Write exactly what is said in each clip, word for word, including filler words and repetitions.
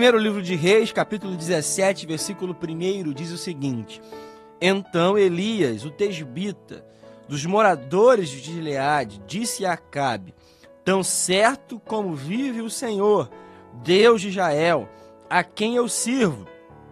Primeiro livro de Reis, capítulo dezessete, versículo primeiro, diz o seguinte: Então Elias, o tesbita, dos moradores de Gileade, disse a Acabe: Tão certo como vive o Senhor, Deus de Israel, a quem eu sirvo,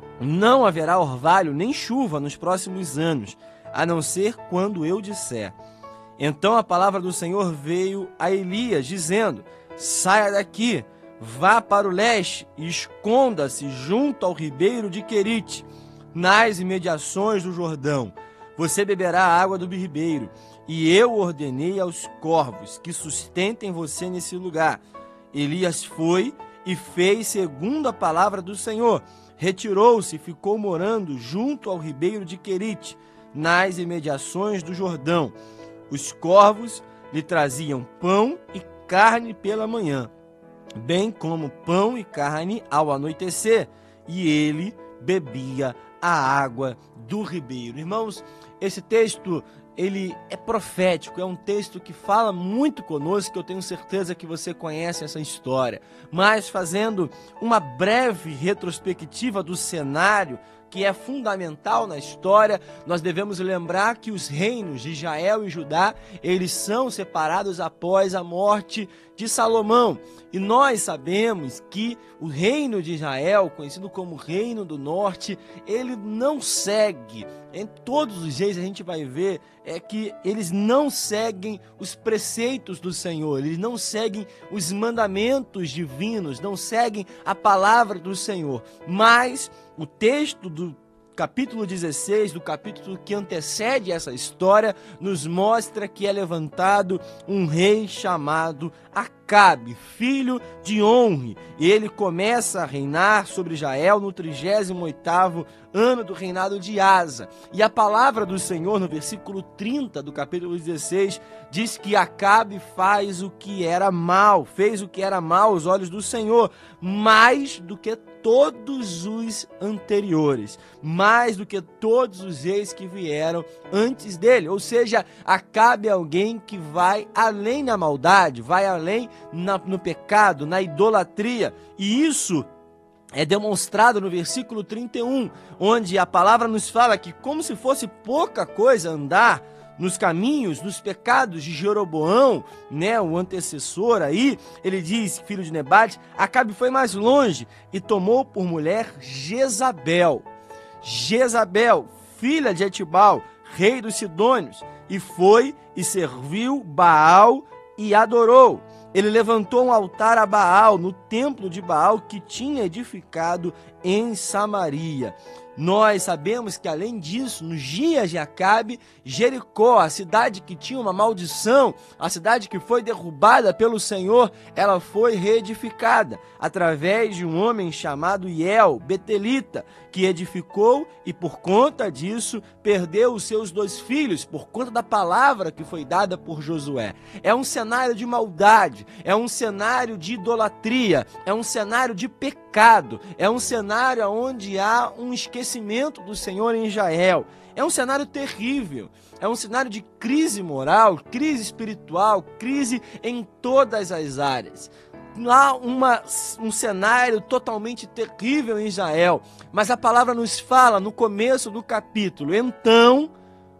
não haverá orvalho nem chuva nos próximos anos, a não ser quando eu disser. Então a palavra do Senhor veio a Elias, dizendo: Saia daqui, vá para o leste e esconda-se junto ao ribeiro de Querite, nas imediações do Jordão. Você beberá a água do ribeiro, e eu ordenei aos corvos que sustentem você nesse lugar. Elias foi e fez segundo a palavra do Senhor. Retirou-se e ficou morando junto ao ribeiro de Querite, nas imediações do Jordão. Os corvos lhe traziam pão e carne pela manhã, bem como pão e carne ao anoitecer, e ele bebia a água do ribeiro. Irmãos, esse texto, ele é profético, é um texto que fala muito conosco, que eu tenho certeza que você conhece essa história. Mas fazendo uma breve retrospectiva do cenário, que é fundamental na história, nós devemos lembrar que os reinos de Israel e Judá, eles são separados após a morte de Salomão. E nós sabemos que o reino de Israel, conhecido como Reino do Norte, ele não segue, em todos os reis a gente vai ver, é que eles não seguem os preceitos do Senhor, eles não seguem os mandamentos divinos, não seguem a palavra do Senhor, mas o texto do capítulo dezesseis, do capítulo que antecede essa história, nos mostra que é levantado um rei chamado Acabe, filho de Onri, e ele começa a reinar sobre Israel no trigésimo oitavo ano do reinado de Asa. E a palavra do Senhor, no versículo trinta do capítulo dezesseis, diz que Acabe faz o que era mal, fez o que era mal aos olhos do Senhor, mais do que todos os anteriores, mais do que todos os reis que vieram antes dele. Ou seja, Acabe é alguém que vai além na maldade, vai além na, no pecado, na idolatria, e isso é demonstrado no versículo trinta e um, onde a palavra nos fala que, como se fosse pouca coisa andar nos caminhos, nos pecados de Jeroboão, né, o antecessor aí, ele diz, filho de Nebate, Acabe foi mais longe e tomou por mulher Jezabel. Jezabel, filha de Etibal, rei dos Sidônios, e foi e serviu Baal e adorou. Ele levantou um altar a Baal no templo de Baal que tinha edificado em Samaria. Nós sabemos que, além disso, nos dias de Acabe, Jericó, a cidade que tinha uma maldição, a cidade que foi derrubada pelo Senhor, ela foi reedificada através de um homem chamado Hiel, betelita, que edificou e, por conta disso, perdeu os seus dois filhos, por conta da palavra que foi dada por Josué. É um cenário de maldade, é um cenário de idolatria, é um cenário de pecado, é um cenário onde há um esquecimento do Senhor em Israel. É um cenário terrível, é um cenário de crise moral, crise espiritual, crise em todas as áreas. Há uma, um cenário totalmente terrível em Israel, mas a palavra nos fala no começo do capítulo, então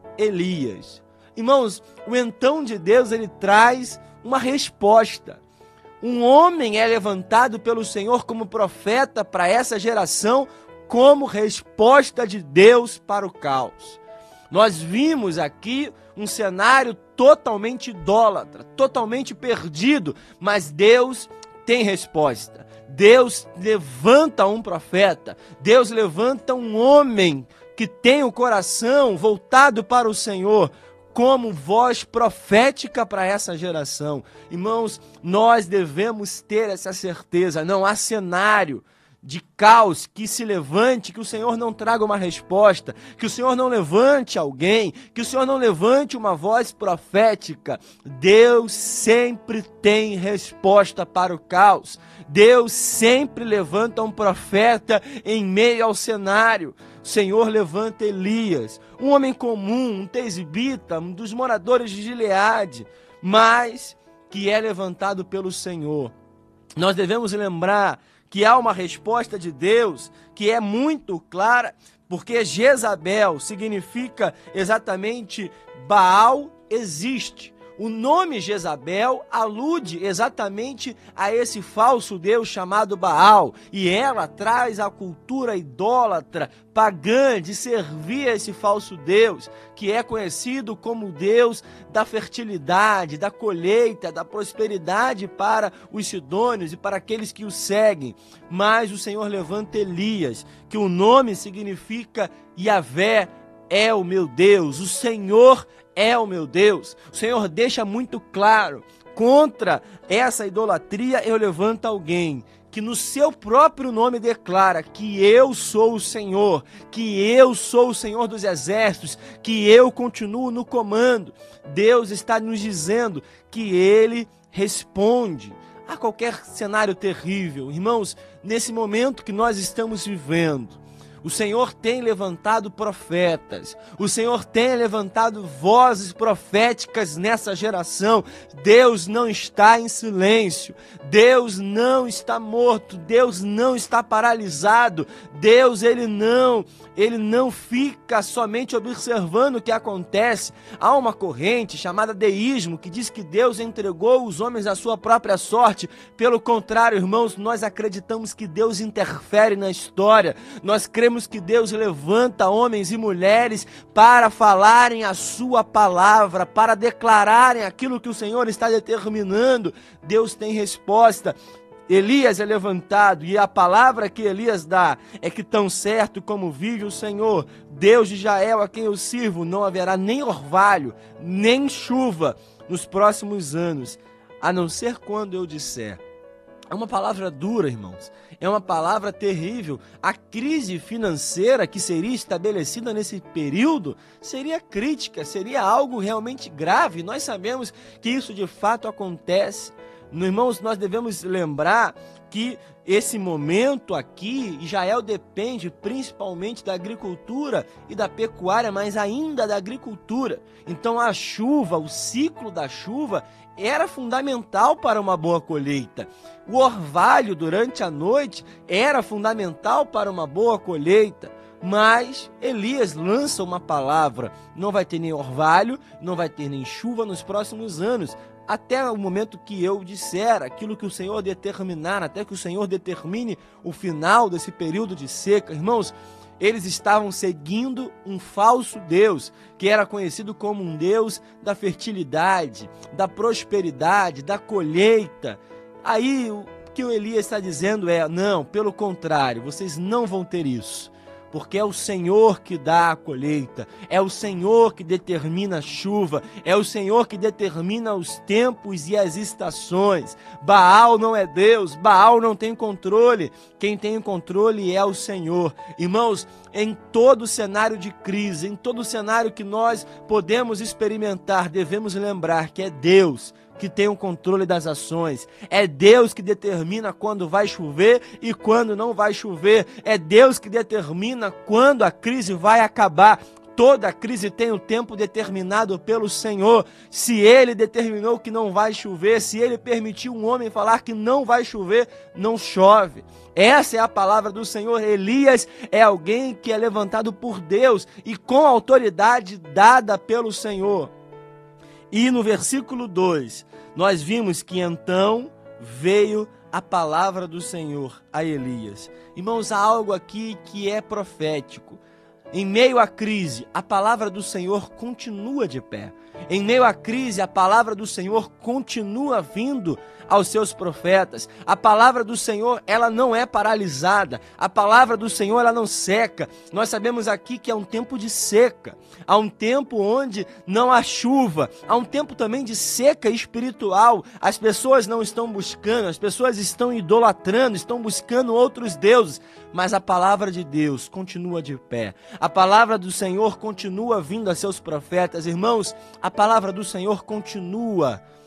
Elias. Irmãos, o então de Deus, ele traz uma resposta. Um homem é levantado pelo Senhor como profeta para essa geração, como resposta de Deus para o caos. Nós vimos aqui um cenário totalmente idólatra, totalmente perdido, mas Deus tem resposta. Deus levanta um profeta, Deus levanta um homem que tem o coração voltado para o Senhor, como voz profética para essa geração. Irmãos, nós devemos ter essa certeza, não há cenário de caos que se levante, que o Senhor não traga uma resposta, que o Senhor não levante alguém, que o Senhor não levante uma voz profética. Deus sempre tem resposta para o caos. Deus sempre levanta um profeta em meio ao cenário. O Senhor levanta Elias, um homem comum, um tesbita, um dos moradores de Gileade, mas que é levantado pelo Senhor. Nós devemos lembrar que há uma resposta de Deus que é muito clara, porque Jezabel significa exatamente Baal existe. O nome Jezabel alude exatamente a esse falso deus chamado Baal, e ela traz a cultura idólatra, pagã, de servir a esse falso deus, que é conhecido como o deus da fertilidade, da colheita, da prosperidade para os sidônios e para aqueles que o seguem. Mas o Senhor levanta Elias, que o nome significa Yahvé é o meu Deus, o Senhor é o meu Deus. O Senhor deixa muito claro, contra essa idolatria eu levanto alguém que no seu próprio nome declara que eu sou o Senhor, que eu sou o Senhor dos exércitos, que eu continuo no comando. Deus está nos dizendo que Ele responde a qualquer cenário terrível. Irmãos, nesse momento que nós estamos vivendo, o Senhor tem levantado profetas, o Senhor tem levantado vozes proféticas nessa geração. Deus não está em silêncio, Deus não está morto, Deus não está paralisado, Deus ele não, ele não fica somente observando o que acontece. Há uma corrente chamada deísmo que diz que Deus entregou os homens à sua própria sorte. Pelo contrário, irmãos, nós acreditamos que Deus interfere na história, nós cremos que Deus levanta homens e mulheres para falarem a sua palavra, para declararem aquilo que o Senhor está determinando. Deus tem resposta. Elias é levantado e a palavra que Elias dá é que tão certo como vive o Senhor, Deus de Israel a quem eu sirvo, não haverá nem orvalho, nem chuva nos próximos anos, a não ser quando eu disser. É uma palavra dura, irmãos. É uma palavra terrível. A crise financeira que seria estabelecida nesse período seria crítica, seria algo realmente grave. Nós sabemos que isso de fato acontece. Irmãos, nós devemos lembrar que esse momento aqui, Israel depende principalmente da agricultura e da pecuária, mas ainda da agricultura. Então a chuva, o ciclo da chuva era fundamental para uma boa colheita. O orvalho durante a noite era fundamental para uma boa colheita. Mas Elias lança uma palavra: não vai ter nem orvalho, não vai ter nem chuva nos próximos anos, até o momento que eu disser aquilo que o Senhor determinar, até que o Senhor determine o final desse período de seca. Irmãos, eles estavam seguindo um falso Deus, que era conhecido como um Deus da fertilidade, da prosperidade, da colheita. Aí o que o Elias está dizendo é: não, pelo contrário, vocês não vão ter isso. Porque é o Senhor que dá a colheita, é o Senhor que determina a chuva, é o Senhor que determina os tempos e as estações. Baal não é Deus, Baal não tem controle, quem tem o controle é o Senhor. Irmãos, em todo cenário de crise, em todo cenário que nós podemos experimentar, devemos lembrar que é Deus que tem o controle das ações, é Deus que determina quando vai chover e quando não vai chover, é Deus que determina quando a crise vai acabar. Toda crise tem o tempo determinado pelo Senhor. Se Ele determinou que não vai chover, se Ele permitiu um homem falar que não vai chover, não chove. Essa é a palavra do Senhor. Elias é alguém que é levantado por Deus e com autoridade dada pelo Senhor. E no versículo dois, nós vimos que então veio a palavra do Senhor a Elias. Irmãos, há algo aqui que é profético. Em meio à crise, a palavra do Senhor continua de pé. Em meio à crise, a palavra do Senhor continua vindo aos seus profetas. A palavra do Senhor, ela não é paralisada. A palavra do Senhor, ela não seca. Nós sabemos aqui que é um tempo de seca. Há um tempo onde não há chuva. Há um tempo também de seca espiritual. As pessoas não estão buscando, as pessoas estão idolatrando, estão buscando outros deuses. Mas a palavra de Deus continua de pé. A palavra do Senhor continua vindo a seus profetas. Irmãos, a palavra do Senhor continua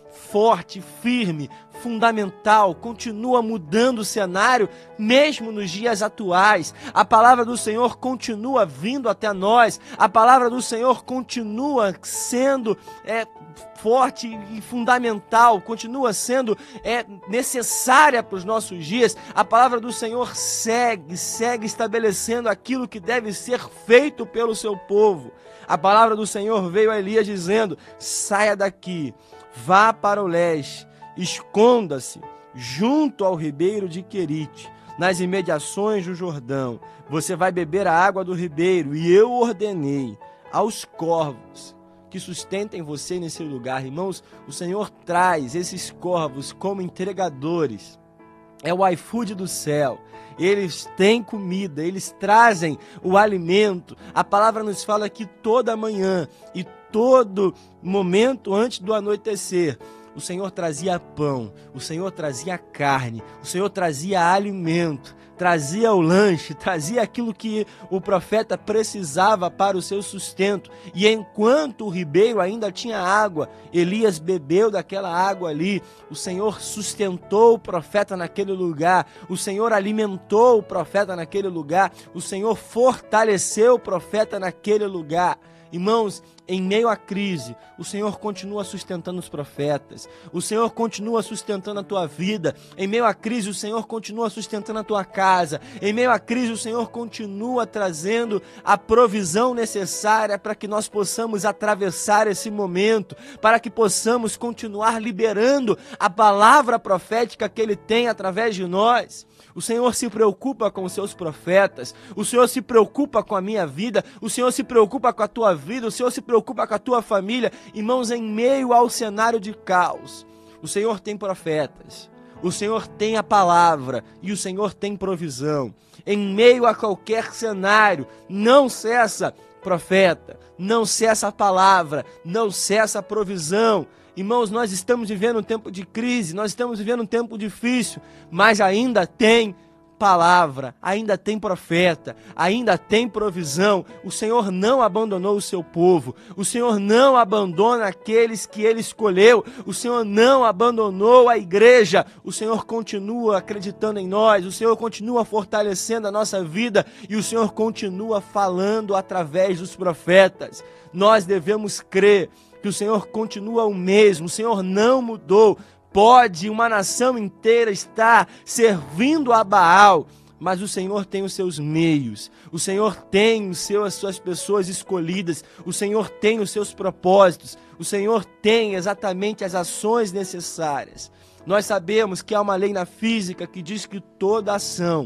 forte, firme, fundamental, continua mudando o cenário, mesmo nos dias atuais. A palavra do Senhor continua vindo até nós, a palavra do Senhor continua sendo é, forte e fundamental, continua sendo é, necessária para os nossos dias. A palavra do Senhor segue, segue estabelecendo aquilo que deve ser feito pelo seu povo. A palavra do Senhor veio a Elias dizendo: saia daqui, vá para o leste, esconda-se junto ao ribeiro de Querite, nas imediações do Jordão. Você vai beber a água do ribeiro, e eu ordenei aos corvos que sustentem você nesse lugar. Irmãos, o Senhor traz esses corvos como entregadores. É o iFood do céu. Eles têm comida, eles trazem o alimento. A palavra nos fala que toda manhã e todo momento antes do anoitecer, o Senhor trazia pão, o Senhor trazia carne, o Senhor trazia alimento, trazia o lanche, trazia aquilo que o profeta precisava para o seu sustento. E enquanto o ribeiro ainda tinha água, Elias bebeu daquela água ali. O Senhor sustentou o profeta naquele lugar, o Senhor alimentou o profeta naquele lugar, o Senhor fortaleceu o profeta naquele lugar. Irmãos, em meio à crise, o Senhor continua sustentando os profetas, o Senhor continua sustentando a tua vida. Em meio à crise, o Senhor continua sustentando a tua casa. Em meio à crise, o Senhor continua trazendo a provisão necessária para que nós possamos atravessar esse momento, para que possamos continuar liberando a palavra profética que Ele tem através de nós. O Senhor se preocupa com os seus profetas, o Senhor se preocupa com a minha vida, o Senhor se preocupa com a tua vida, o Senhor se preocupa com a tua família. Irmãos, em meio ao cenário de caos, o Senhor tem profetas, o Senhor tem a palavra e o Senhor tem provisão. Em meio a qualquer cenário, não cessa profeta, não cessa a palavra, não cessa a provisão. Irmãos, nós estamos vivendo um tempo de crise, nós estamos vivendo um tempo difícil, mas ainda tem palavra, ainda tem profeta, ainda tem provisão. O Senhor não abandonou o seu povo, o Senhor não abandona aqueles que Ele escolheu, o Senhor não abandonou a igreja, o Senhor continua acreditando em nós, o Senhor continua fortalecendo a nossa vida e o Senhor continua falando através dos profetas. Nós devemos crer que o Senhor continua o mesmo, o Senhor não mudou. Pode uma nação inteira estar servindo a Baal, mas o Senhor tem os seus meios, o Senhor tem os seus, as suas pessoas escolhidas, o Senhor tem os seus propósitos, o Senhor tem exatamente as ações necessárias. Nós sabemos que há uma lei na física que diz que toda ação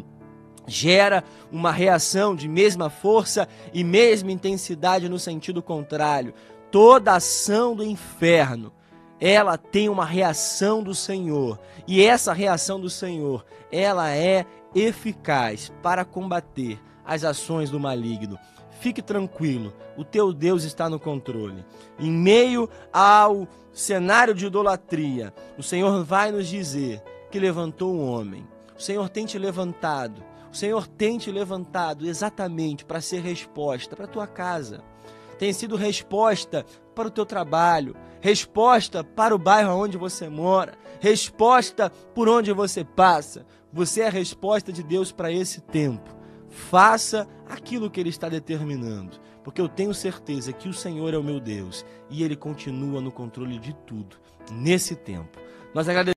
gera uma reação de mesma força e mesma intensidade no sentido contrário. Toda ação do inferno, ela tem uma reação do Senhor, e essa reação do Senhor, ela é eficaz para combater as ações do maligno. Fique tranquilo, o teu Deus está no controle. Em meio ao cenário de idolatria, o Senhor vai nos dizer que levantou um homem. O Senhor tem te levantado, o Senhor tem te levantado exatamente para ser resposta para a tua casa. Tem sido resposta para o teu trabalho, resposta para o bairro onde você mora, resposta por onde você passa. Você é a resposta de Deus para esse tempo. Faça aquilo que Ele está determinando, porque eu tenho certeza que o Senhor é o meu Deus e Ele continua no controle de tudo nesse tempo. Nós agradecemos.